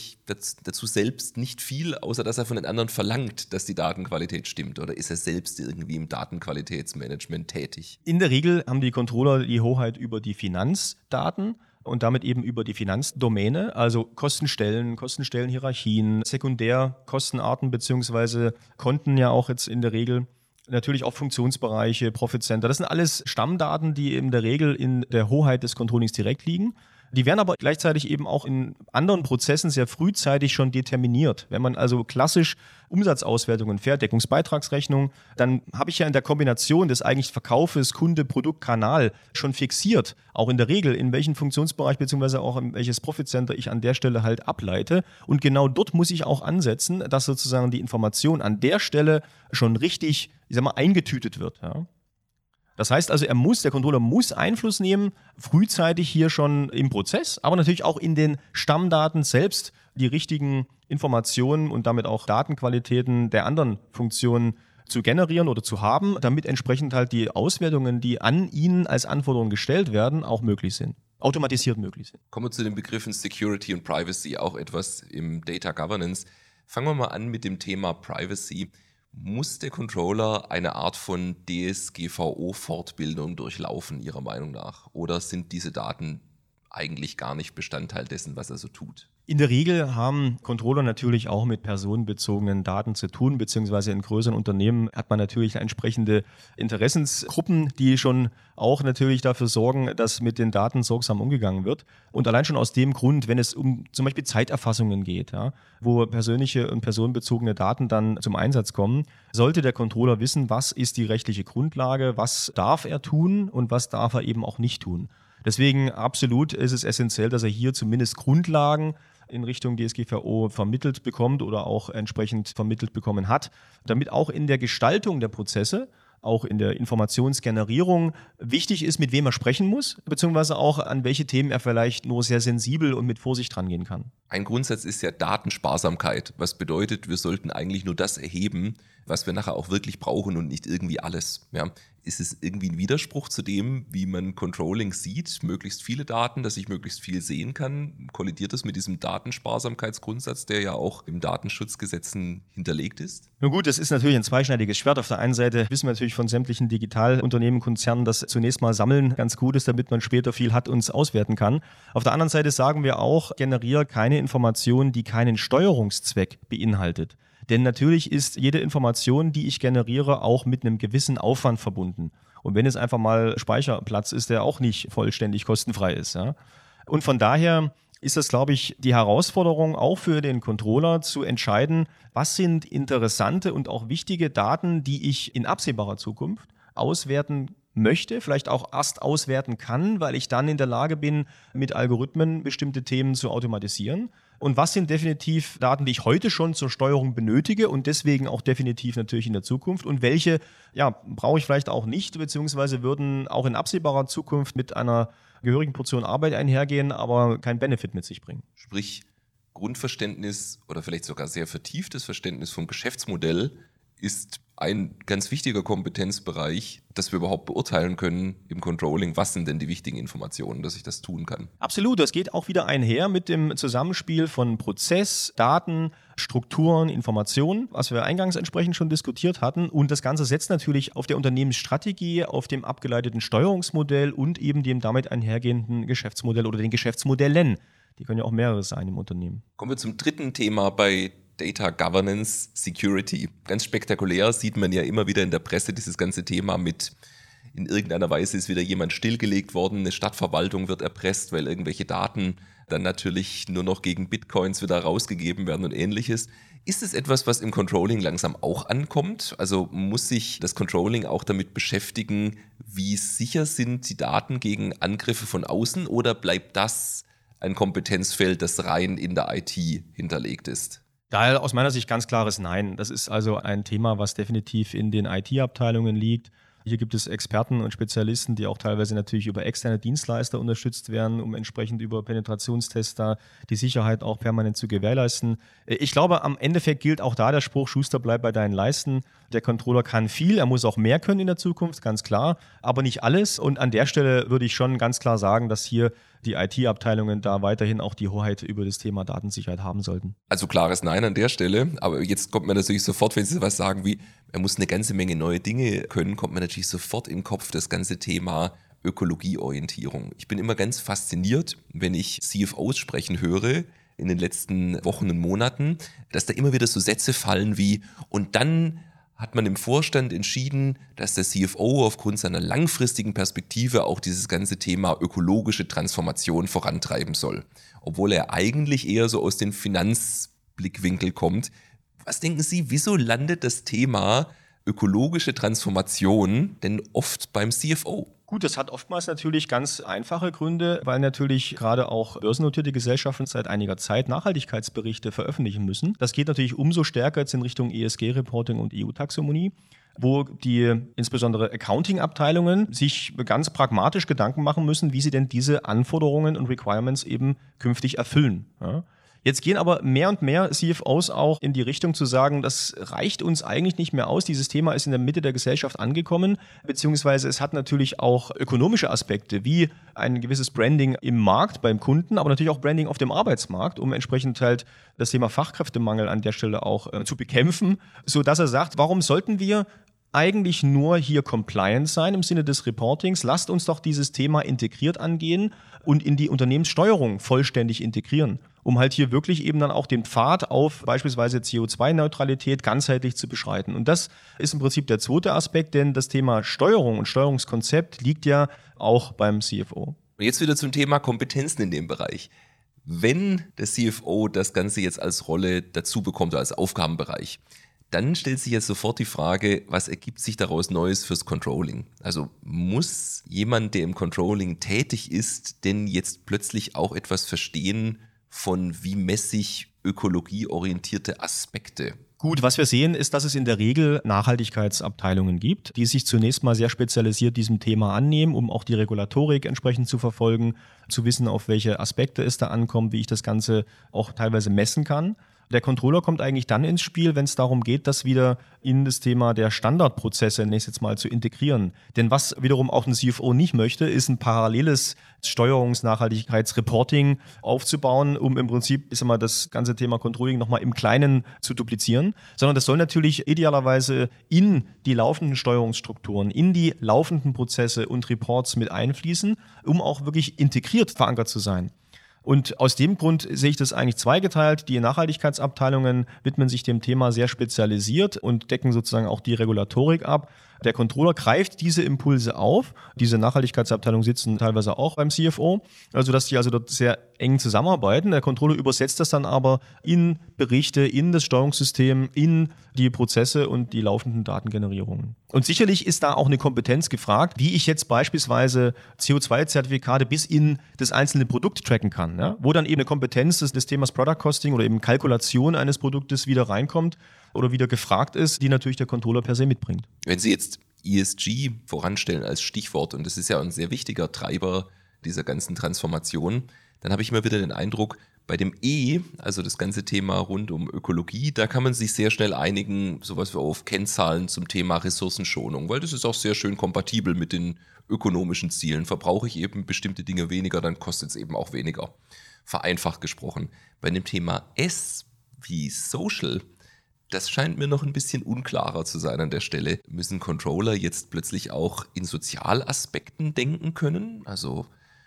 dazu selbst nicht viel, außer dass er von den anderen verlangt, dass die Datenqualität stimmt. Oder ist er selbst irgendwie im Datenqualitätsmanagement tätig? In der Regel haben die Controller die Hoheit über die Finanzdaten und damit eben über die Finanzdomäne, also Kostenstellen, Kostenstellenhierarchien, Sekundärkostenarten beziehungsweise Konten ja auch jetzt in der Regel. Natürlich auch Funktionsbereiche, Profit Center. Das sind alles Stammdaten, die in der Regel in der Hoheit des Controllings direkt liegen. Die werden aber gleichzeitig eben auch in anderen Prozessen sehr frühzeitig schon determiniert. Wenn man also klassisch Umsatzauswertungen fährt, Deckungsbeitragsrechnung, dann habe ich ja in der Kombination des eigentlichen Verkaufes, Kunde, Produkt, Kanal schon fixiert, auch in der Regel, in welchen Funktionsbereich beziehungsweise auch in welches Profit Center ich an der Stelle halt ableite. Und genau dort muss ich auch ansetzen, dass sozusagen die Information an der Stelle schon richtig, eingetütet wird. Ja. Das heißt also, der Controller muss Einfluss nehmen, frühzeitig hier schon im Prozess, aber natürlich auch in den Stammdaten selbst die richtigen Informationen und damit auch Datenqualitäten der anderen Funktionen zu generieren oder zu haben, damit entsprechend halt die Auswertungen, die an ihn als Anforderungen gestellt werden, auch möglich sind. Automatisiert möglich sind. Kommen wir zu den Begriffen Security und Privacy, auch etwas im Data Governance. Fangen wir mal an mit dem Thema Privacy. Muss der Controller eine Art von DSGVO-Fortbildung durchlaufen, Ihrer Meinung nach? Oder sind diese Daten eigentlich gar nicht Bestandteil dessen, was er so tut? In der Regel haben Controller natürlich auch mit personenbezogenen Daten zu tun, beziehungsweise in größeren Unternehmen hat man natürlich entsprechende Interessensgruppen, die schon auch natürlich dafür sorgen, dass mit den Daten sorgsam umgegangen wird. Und allein schon aus dem Grund, wenn es um zum Beispiel Zeiterfassungen geht, ja, wo persönliche und personenbezogene Daten dann zum Einsatz kommen, sollte der Controller wissen, was ist die rechtliche Grundlage, was darf er tun und was darf er eben auch nicht tun. Deswegen absolut ist es essentiell, dass er hier zumindest Grundlagen in Richtung DSGVO vermittelt bekommt oder auch entsprechend vermittelt bekommen hat, damit auch in der Gestaltung der Prozesse, auch in der Informationsgenerierung wichtig ist, mit wem er sprechen muss, beziehungsweise auch an welche Themen er vielleicht nur sehr sensibel und mit Vorsicht rangehen kann. Ein Grundsatz ist ja Datensparsamkeit, was bedeutet, wir sollten eigentlich nur das erheben, was wir nachher auch wirklich brauchen und nicht irgendwie alles. Ja. Ist es irgendwie ein Widerspruch zu dem, wie man Controlling sieht, möglichst viele Daten, dass ich möglichst viel sehen kann? Kollidiert das mit diesem Datensparsamkeitsgrundsatz, der ja auch im Datenschutzgesetzen hinterlegt ist? Nun gut, das ist natürlich ein zweischneidiges Schwert. Auf der einen Seite wissen wir natürlich von sämtlichen Digitalunternehmen, Konzernen, dass zunächst mal Sammeln ganz gut ist, damit man später viel hat und es auswerten kann. Auf der anderen Seite sagen wir auch, generiere keine Information, die keinen Steuerungszweck beinhaltet. Denn natürlich ist jede Information, die ich generiere, auch mit einem gewissen Aufwand verbunden. Und wenn es einfach mal Speicherplatz ist, der auch nicht vollständig kostenfrei ist. Ja? Und von daher ist das, glaube ich, die Herausforderung auch für den Controller zu entscheiden, was sind interessante und auch wichtige Daten, die ich in absehbarer Zukunft auswerten möchte, vielleicht auch erst auswerten kann, weil ich dann in der Lage bin, mit Algorithmen bestimmte Themen zu automatisieren. Und was sind definitiv Daten, die ich heute schon zur Steuerung benötige und deswegen auch definitiv natürlich in der Zukunft? Und welche brauche ich vielleicht auch nicht, beziehungsweise würden auch in absehbarer Zukunft mit einer gehörigen Portion Arbeit einhergehen, aber keinen Benefit mit sich bringen? Sprich, Grundverständnis oder vielleicht sogar sehr vertieftes Verständnis vom Geschäftsmodell ist ein ganz wichtiger Kompetenzbereich, dass wir überhaupt beurteilen können im Controlling, was sind denn die wichtigen Informationen, dass ich das tun kann. Absolut, das geht auch wieder einher mit dem Zusammenspiel von Prozess, Daten, Strukturen, Informationen, was wir eingangs entsprechend schon diskutiert hatten. Und das Ganze setzt natürlich auf der Unternehmensstrategie, auf dem abgeleiteten Steuerungsmodell und eben dem damit einhergehenden Geschäftsmodell oder den Geschäftsmodellen. Die können ja auch mehrere sein im Unternehmen. Kommen wir zum dritten Thema bei Data Governance, Security. Ganz spektakulär sieht man ja immer wieder in der Presse dieses ganze Thema mit, in irgendeiner Weise ist wieder jemand stillgelegt worden, eine Stadtverwaltung wird erpresst, weil irgendwelche Daten dann natürlich nur noch gegen Bitcoins wieder rausgegeben werden und ähnliches. Ist es etwas, was im Controlling langsam auch ankommt? Also muss sich das Controlling auch damit beschäftigen, wie sicher sind die Daten gegen Angriffe von außen oder bleibt das ein Kompetenzfeld, das rein in der IT hinterlegt ist? Daher aus meiner Sicht ganz klares Nein. Das ist also ein Thema, was definitiv in den IT-Abteilungen liegt. Hier gibt es Experten und Spezialisten, die auch teilweise natürlich über externe Dienstleister unterstützt werden, um entsprechend über Penetrationstests da die Sicherheit auch permanent zu gewährleisten. Ich glaube, am Endeffekt gilt auch da der Spruch, Schuster, bleib bei deinen Leisten. Der Controller kann viel, er muss auch mehr können in der Zukunft, ganz klar, aber nicht alles. Und an der Stelle würde ich schon ganz klar sagen, dass hier die IT-Abteilungen da weiterhin auch die Hoheit über das Thema Datensicherheit haben sollten. Also klares Nein an der Stelle, aber jetzt kommt mir natürlich sofort, wenn Sie was sagen wie, er muss eine ganze Menge neue Dinge können, kommt mir natürlich sofort im Kopf das ganze Thema Ökologieorientierung. Ich bin immer ganz fasziniert, wenn ich CFOs sprechen höre in den letzten Wochen und Monaten, dass da immer wieder so Sätze fallen wie, und dann hat man im Vorstand entschieden, dass der CFO aufgrund seiner langfristigen Perspektive auch dieses ganze Thema ökologische Transformation vorantreiben soll. Obwohl er eigentlich eher so aus dem Finanzblickwinkel kommt. Was denken Sie, wieso landet das Thema ökologische Transformation denn oft beim CFO? Gut, das hat oftmals natürlich ganz einfache Gründe, weil natürlich gerade auch börsennotierte Gesellschaften seit einiger Zeit Nachhaltigkeitsberichte veröffentlichen müssen. Das geht natürlich umso stärker jetzt in Richtung ESG-Reporting und EU-Taxonomie, wo die insbesondere Accounting-Abteilungen sich ganz pragmatisch Gedanken machen müssen, wie sie denn diese Anforderungen und Requirements eben künftig erfüllen. Ja. Jetzt gehen aber mehr und mehr CFOs auch in die Richtung zu sagen, das reicht uns eigentlich nicht mehr aus. Dieses Thema ist in der Mitte der Gesellschaft angekommen, beziehungsweise es hat natürlich auch ökonomische Aspekte, wie ein gewisses Branding im Markt beim Kunden, aber natürlich auch Branding auf dem Arbeitsmarkt, um entsprechend halt das Thema Fachkräftemangel an der Stelle auch zu bekämpfen, sodass er sagt, warum sollten wir eigentlich nur hier compliant sein im Sinne des Reportings? Lasst uns doch dieses Thema integriert angehen und in die Unternehmenssteuerung vollständig integrieren, um halt hier wirklich eben dann auch den Pfad auf beispielsweise CO2-Neutralität ganzheitlich zu beschreiten. Und das ist im Prinzip der zweite Aspekt, denn das Thema Steuerung und Steuerungskonzept liegt ja auch beim CFO. Und jetzt wieder zum Thema Kompetenzen in dem Bereich. Wenn der CFO das Ganze jetzt als Rolle dazu bekommt, als Aufgabenbereich, dann stellt sich jetzt sofort die Frage, was ergibt sich daraus Neues fürs Controlling? Also muss jemand, der im Controlling tätig ist, denn jetzt plötzlich auch etwas verstehen von wie messe ich ökologieorientierte Aspekte? Gut, was wir sehen, ist, dass es in der Regel Nachhaltigkeitsabteilungen gibt, die sich zunächst mal sehr spezialisiert diesem Thema annehmen, um auch die Regulatorik entsprechend zu verfolgen, zu wissen, auf welche Aspekte es da ankommt, wie ich das Ganze auch teilweise messen kann. Der Controller kommt eigentlich dann ins Spiel, wenn es darum geht, das wieder in das Thema der Standardprozesse nächstes Mal zu integrieren. Denn was wiederum auch ein CFO nicht möchte, ist ein paralleles Steuerungs-Nachhaltigkeitsreporting aufzubauen, um im Prinzip das ganze Thema Controlling nochmal im Kleinen zu duplizieren, sondern das soll natürlich idealerweise in die laufenden Steuerungsstrukturen, in die laufenden Prozesse und Reports mit einfließen, um auch wirklich integriert verankert zu sein. Und aus dem Grund sehe ich das eigentlich zweigeteilt. Die Nachhaltigkeitsabteilungen widmen sich dem Thema sehr spezialisiert und decken sozusagen auch die Regulatorik ab. Der Controller greift diese Impulse auf. Diese Nachhaltigkeitsabteilungen sitzen teilweise auch beim CFO, also dass die dort sehr eng zusammenarbeiten. Der Controller übersetzt das dann aber in Berichte, in das Steuerungssystem, in die Prozesse und die laufenden Datengenerierungen. Und sicherlich ist da auch eine Kompetenz gefragt, wie ich jetzt beispielsweise CO2-Zertifikate bis in das einzelne Produkt tracken kann, ja? Wo dann eben eine Kompetenz des Themas Product Costing oder eben Kalkulation eines Produktes wieder reinkommt oder wieder gefragt ist, die natürlich der Controller per se mitbringt. Wenn Sie jetzt ESG voranstellen als Stichwort, und das ist ja ein sehr wichtiger Treiber dieser ganzen Transformation, dann habe ich immer wieder den Eindruck, bei dem E, also das ganze Thema rund um Ökologie, da kann man sich sehr schnell einigen, sowas wie auf Kennzahlen zum Thema Ressourcenschonung, weil das ist auch sehr schön kompatibel mit den ökonomischen Zielen. Verbrauche ich eben bestimmte Dinge weniger, dann kostet es eben auch weniger. Vereinfacht gesprochen. Bei dem Thema S wie Social, das scheint mir noch ein bisschen unklarer zu sein an der Stelle. Müssen Controller jetzt plötzlich auch in Sozialaspekten denken können? Also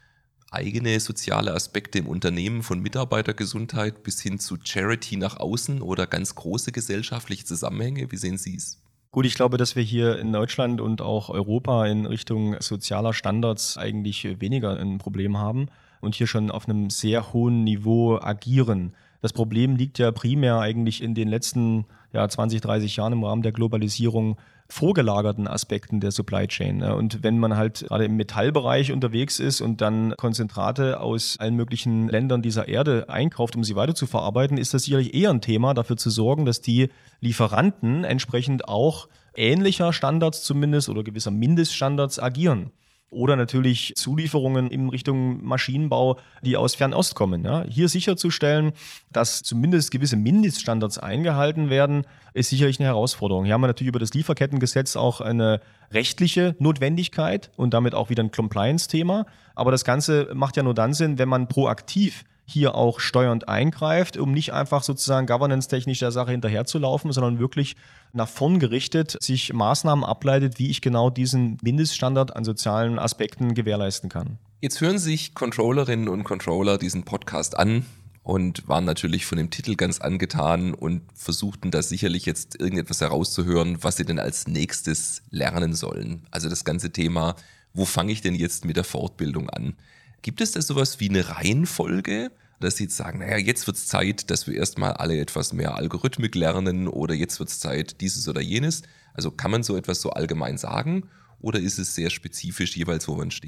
eigene soziale Aspekte im Unternehmen von Mitarbeitergesundheit bis hin zu Charity nach außen oder ganz große gesellschaftliche Zusammenhänge? Wie sehen Sie es? Gut, ich glaube, dass wir hier in Deutschland und auch Europa in Richtung sozialer Standards eigentlich weniger ein Problem haben und hier schon auf einem sehr hohen Niveau agieren. Das Problem liegt ja primär eigentlich in den letzten 20, 30 Jahren im Rahmen der Globalisierung vorgelagerten Aspekten der Supply Chain. Und wenn man halt gerade im Metallbereich unterwegs ist und dann Konzentrate aus allen möglichen Ländern dieser Erde einkauft, um sie weiter zu verarbeiten, ist das sicherlich eher ein Thema, dafür zu sorgen, dass die Lieferanten entsprechend auch ähnlicher Standards zumindest oder gewisser Mindeststandards agieren. Oder natürlich Zulieferungen in Richtung Maschinenbau, die aus Fernost kommen. Ja. Hier sicherzustellen, dass zumindest gewisse Mindeststandards eingehalten werden, ist sicherlich eine Herausforderung. Hier haben wir natürlich über das Lieferkettengesetz auch eine rechtliche Notwendigkeit und damit auch wieder ein Compliance-Thema. Aber das Ganze macht ja nur dann Sinn, wenn man proaktiv hier auch steuernd eingreift, um nicht einfach sozusagen governance-technisch der Sache hinterherzulaufen, sondern wirklich nach vorn gerichtet sich Maßnahmen ableitet, wie ich genau diesen Mindeststandard an sozialen Aspekten gewährleisten kann. Jetzt hören sich Controllerinnen und Controller diesen Podcast an und waren natürlich von dem Titel ganz angetan und versuchten da sicherlich jetzt irgendetwas herauszuhören, was sie denn als nächstes lernen sollen. Also das ganze Thema, wo fange ich denn jetzt mit der Fortbildung an? Gibt es da sowas wie eine Reihenfolge, dass Sie jetzt sagen, naja, jetzt wird es Zeit, dass wir erstmal alle etwas mehr Algorithmik lernen oder jetzt wird es Zeit, dieses oder jenes? Also kann man so etwas so allgemein sagen oder ist es sehr spezifisch jeweils, wo man steht?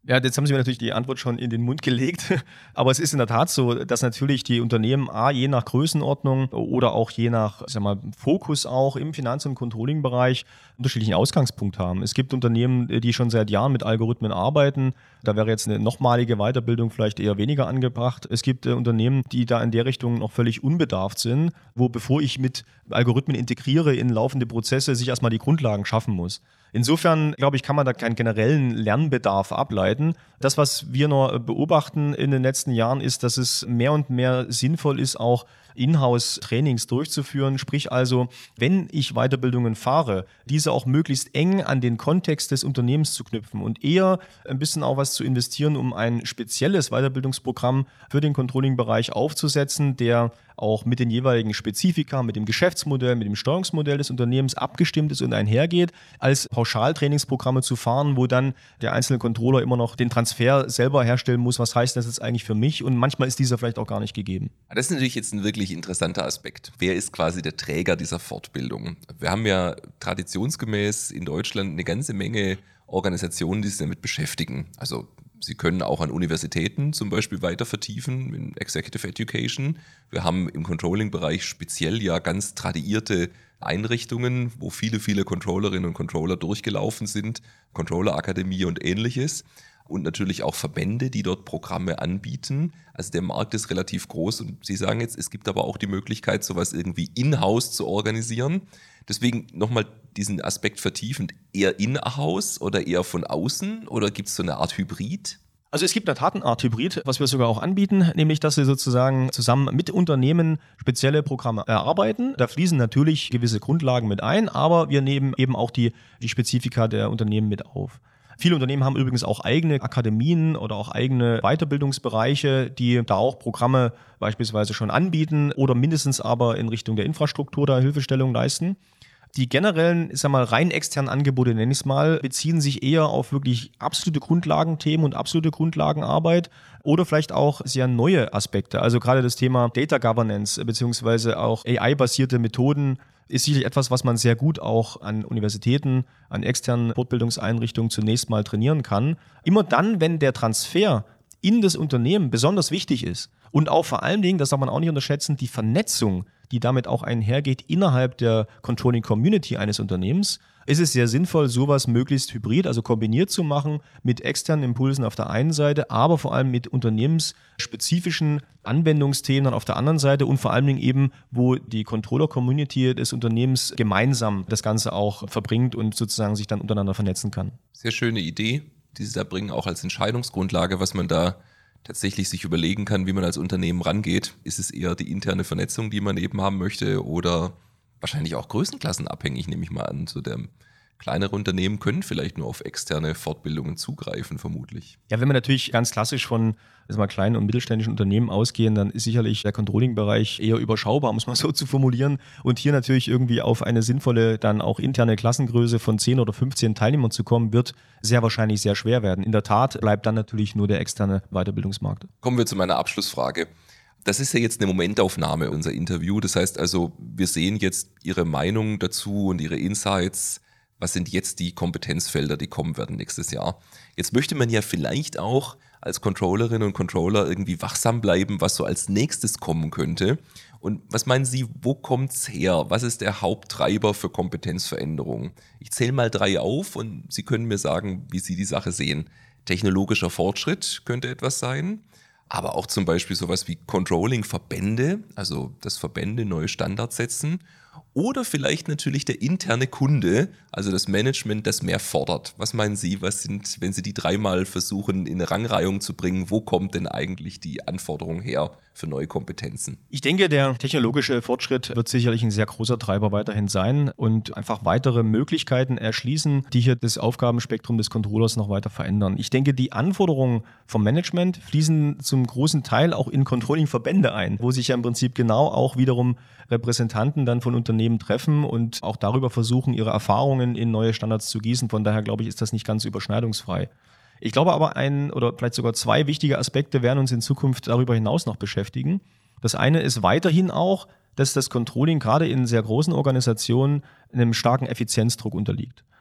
Ja, jetzt haben Sie mir natürlich die Antwort schon in den Mund gelegt. Aber es ist in der Tat so, dass natürlich die Unternehmen je nach Größenordnung oder auch je nach Fokus auch im Finanz- und Controlling-Bereich unterschiedlichen Ausgangspunkt haben. Es gibt Unternehmen, die schon seit Jahren mit Algorithmen arbeiten. Da wäre jetzt eine nochmalige Weiterbildung vielleicht eher weniger angebracht. Es gibt Unternehmen, die da in der Richtung noch völlig unbedarft sind, wo bevor ich mit Algorithmen integriere in laufende Prozesse, sich erstmal die Grundlagen schaffen muss. Insofern, glaube ich, kann man da keinen generellen Lernbedarf ableiten. Das, was wir noch beobachten in den letzten Jahren, ist, dass es mehr und mehr sinnvoll ist, auch Inhouse-Trainings durchzuführen. Sprich also, wenn ich Weiterbildungen fahre, diese auch möglichst eng an den Kontext des Unternehmens zu knüpfen und eher ein bisschen auch was zu investieren, um ein spezielles Weiterbildungsprogramm für den Controlling-Bereich aufzusetzen, der auch mit den jeweiligen Spezifika, mit dem Geschäftsmodell, mit dem Steuerungsmodell des Unternehmens abgestimmt ist und einhergeht, als Pauschaltrainingsprogramme zu fahren, wo dann der einzelne Controller immer noch den Transfer selber herstellen muss. Was heißt das jetzt eigentlich für mich? Und manchmal ist dieser vielleicht auch gar nicht gegeben. Das ist natürlich jetzt ein wirklich interessanter Aspekt. Wer ist quasi der Träger dieser Fortbildung? Wir haben ja traditionsgemäß in Deutschland eine ganze Menge Organisationen, die sich damit beschäftigen. Also Sie können auch an Universitäten zum Beispiel weiter vertiefen in Executive Education. Wir haben im Controlling-Bereich speziell ja ganz tradierte Einrichtungen, wo viele Controllerinnen und Controller durchgelaufen sind, Controller-Akademie und ähnliches. Und natürlich auch Verbände, die dort Programme anbieten. Also der Markt ist relativ groß und Sie sagen jetzt, es gibt aber auch die Möglichkeit, sowas irgendwie in-house zu organisieren. Deswegen nochmal diesen Aspekt vertiefend, eher in-house oder eher von außen oder gibt es so eine Art Hybrid? Also es gibt in der Tat eine Art Hybrid, was wir sogar auch anbieten, nämlich dass wir sozusagen zusammen mit Unternehmen spezielle Programme erarbeiten. Da fließen natürlich gewisse Grundlagen mit ein, aber wir nehmen eben auch die Spezifika der Unternehmen mit auf. Viele Unternehmen haben übrigens auch eigene Akademien oder auch eigene Weiterbildungsbereiche, die da auch Programme beispielsweise schon anbieten oder mindestens aber in Richtung der Infrastruktur da Hilfestellung leisten. Die generellen, rein externen Angebote, nenne ich es mal, beziehen sich eher auf wirklich absolute Grundlagenthemen und absolute Grundlagenarbeit oder vielleicht auch sehr neue Aspekte. Also gerade das Thema Data Governance beziehungsweise auch AI-basierte Methoden ist sicherlich etwas, was man sehr gut auch an Universitäten, an externen Fortbildungseinrichtungen zunächst mal trainieren kann. Immer dann, wenn der Transfer in das Unternehmen besonders wichtig ist und auch vor allen Dingen, das darf man auch nicht unterschätzen, die Vernetzung, die damit auch einhergeht innerhalb der Controlling Community eines Unternehmens, ist es sehr sinnvoll, sowas möglichst hybrid, also kombiniert zu machen mit externen Impulsen auf der einen Seite, aber vor allem mit unternehmensspezifischen Anwendungsthemen auf der anderen Seite und vor allen Dingen eben, wo die Controller-Community des Unternehmens gemeinsam das Ganze auch verbringt und sozusagen sich dann untereinander vernetzen kann. Sehr schöne Idee, die Sie da bringen, auch als Entscheidungsgrundlage, was man da tatsächlich sich überlegen kann, wie man als Unternehmen rangeht. Ist es eher die interne Vernetzung, die man eben haben möchte oder wahrscheinlich auch größenklassenabhängig, nehme ich mal an. So der kleinere Unternehmen können vielleicht nur auf externe Fortbildungen zugreifen, vermutlich. Ja, wenn wir natürlich ganz klassisch von kleinen und mittelständischen Unternehmen ausgehen, dann ist sicherlich der Controlling-Bereich eher überschaubar, um es mal so zu formulieren. Und hier natürlich irgendwie auf eine sinnvolle, dann auch interne Klassengröße von 10 oder 15 Teilnehmern zu kommen, wird sehr wahrscheinlich sehr schwer werden. In der Tat bleibt dann natürlich nur der externe Weiterbildungsmarkt. Kommen wir zu meiner Abschlussfrage. Das ist ja jetzt eine Momentaufnahme, unser Interview. Das heißt also, wir sehen jetzt Ihre Meinung dazu und Ihre Insights. Was sind jetzt die Kompetenzfelder, die kommen werden nächstes Jahr? Jetzt möchte man ja vielleicht auch als Controllerinnen und Controller irgendwie wachsam bleiben, was so als nächstes kommen könnte. Und was meinen Sie, wo kommt's her? Was ist der Haupttreiber für Kompetenzveränderung? Ich zähle mal 3 auf und Sie können mir sagen, wie Sie die Sache sehen. Technologischer Fortschritt könnte etwas sein, aber auch zum Beispiel sowas wie Controlling-Verbände, also dass Verbände neue Standards setzen. Oder vielleicht natürlich der interne Kunde, also das Management, das mehr fordert. Was meinen Sie, was sind, wenn Sie die 3-mal versuchen in eine Rangreihung zu bringen, wo kommt denn eigentlich die Anforderung her für neue Kompetenzen? Ich denke, der technologische Fortschritt wird sicherlich ein sehr großer Treiber weiterhin sein und einfach weitere Möglichkeiten erschließen, die hier das Aufgabenspektrum des Controllers noch weiter verändern. Ich denke, die Anforderungen vom Management fließen zum großen Teil auch in Controlling-Verbände ein, wo sich ja im Prinzip genau auch wiederum Repräsentanten dann von Unternehmen treffen und auch darüber versuchen, ihre Erfahrungen in neue Standards zu gießen. Von daher glaube ich, ist das nicht ganz überschneidungsfrei. Ich glaube aber ein oder vielleicht sogar 2 wichtige Aspekte werden uns in Zukunft darüber hinaus noch beschäftigen. Das eine ist weiterhin auch, dass das Controlling gerade in sehr großen Organisationen einem starken Effizienzdruck unterliegt.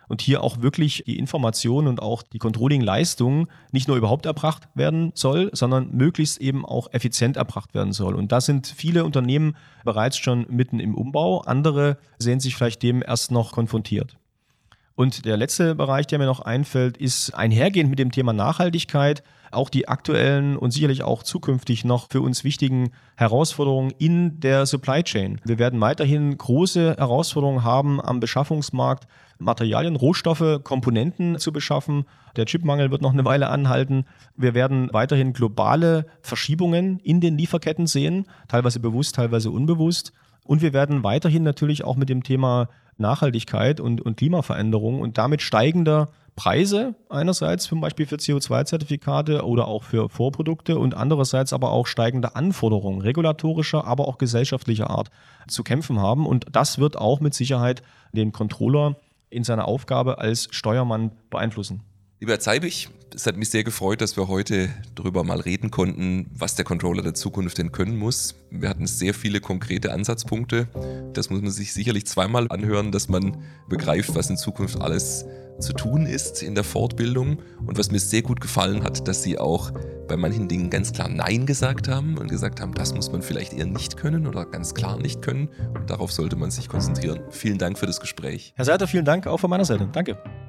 und hier auch wirklich die Information und auch die Controlling-Leistung nicht nur überhaupt erbracht werden soll, sondern möglichst eben auch effizient erbracht werden soll. Und da sind viele Unternehmen bereits schon mitten im Umbau. Andere sehen sich vielleicht dem erst noch konfrontiert. Und der letzte Bereich, der mir noch einfällt, ist einhergehend mit dem Thema Nachhaltigkeit auch die aktuellen und sicherlich auch zukünftig noch für uns wichtigen Herausforderungen in der Supply Chain. Wir werden weiterhin große Herausforderungen haben am Beschaffungsmarkt, Materialien, Rohstoffe, Komponenten zu beschaffen. Der Chipmangel wird noch eine Weile anhalten. Wir werden weiterhin globale Verschiebungen in den Lieferketten sehen, teilweise bewusst, teilweise unbewusst. Und wir werden weiterhin natürlich auch mit dem Thema Nachhaltigkeit und Klimaveränderung und damit steigender Preise einerseits zum Beispiel für CO2-Zertifikate oder auch für Vorprodukte und andererseits aber auch steigende Anforderungen regulatorischer, aber auch gesellschaftlicher Art zu kämpfen haben. Und das wird auch mit Sicherheit den Controller in seiner Aufgabe als Steuermann beeinflussen. Lieber Herr Zeibig, es hat mich sehr gefreut, dass wir heute darüber mal reden konnten, was der Controller der Zukunft denn können muss. Wir hatten sehr viele konkrete Ansatzpunkte. Das muss man sich sicherlich zweimal anhören, dass man begreift, was in Zukunft alles zu tun ist in der Fortbildung. Und was mir sehr gut gefallen hat, dass Sie auch bei manchen Dingen ganz klar Nein gesagt haben und gesagt haben, das muss man vielleicht eher nicht können oder ganz klar nicht können. Und darauf sollte man sich konzentrieren. Vielen Dank für das Gespräch. Herr Seiter, vielen Dank auch von meiner Seite. Danke.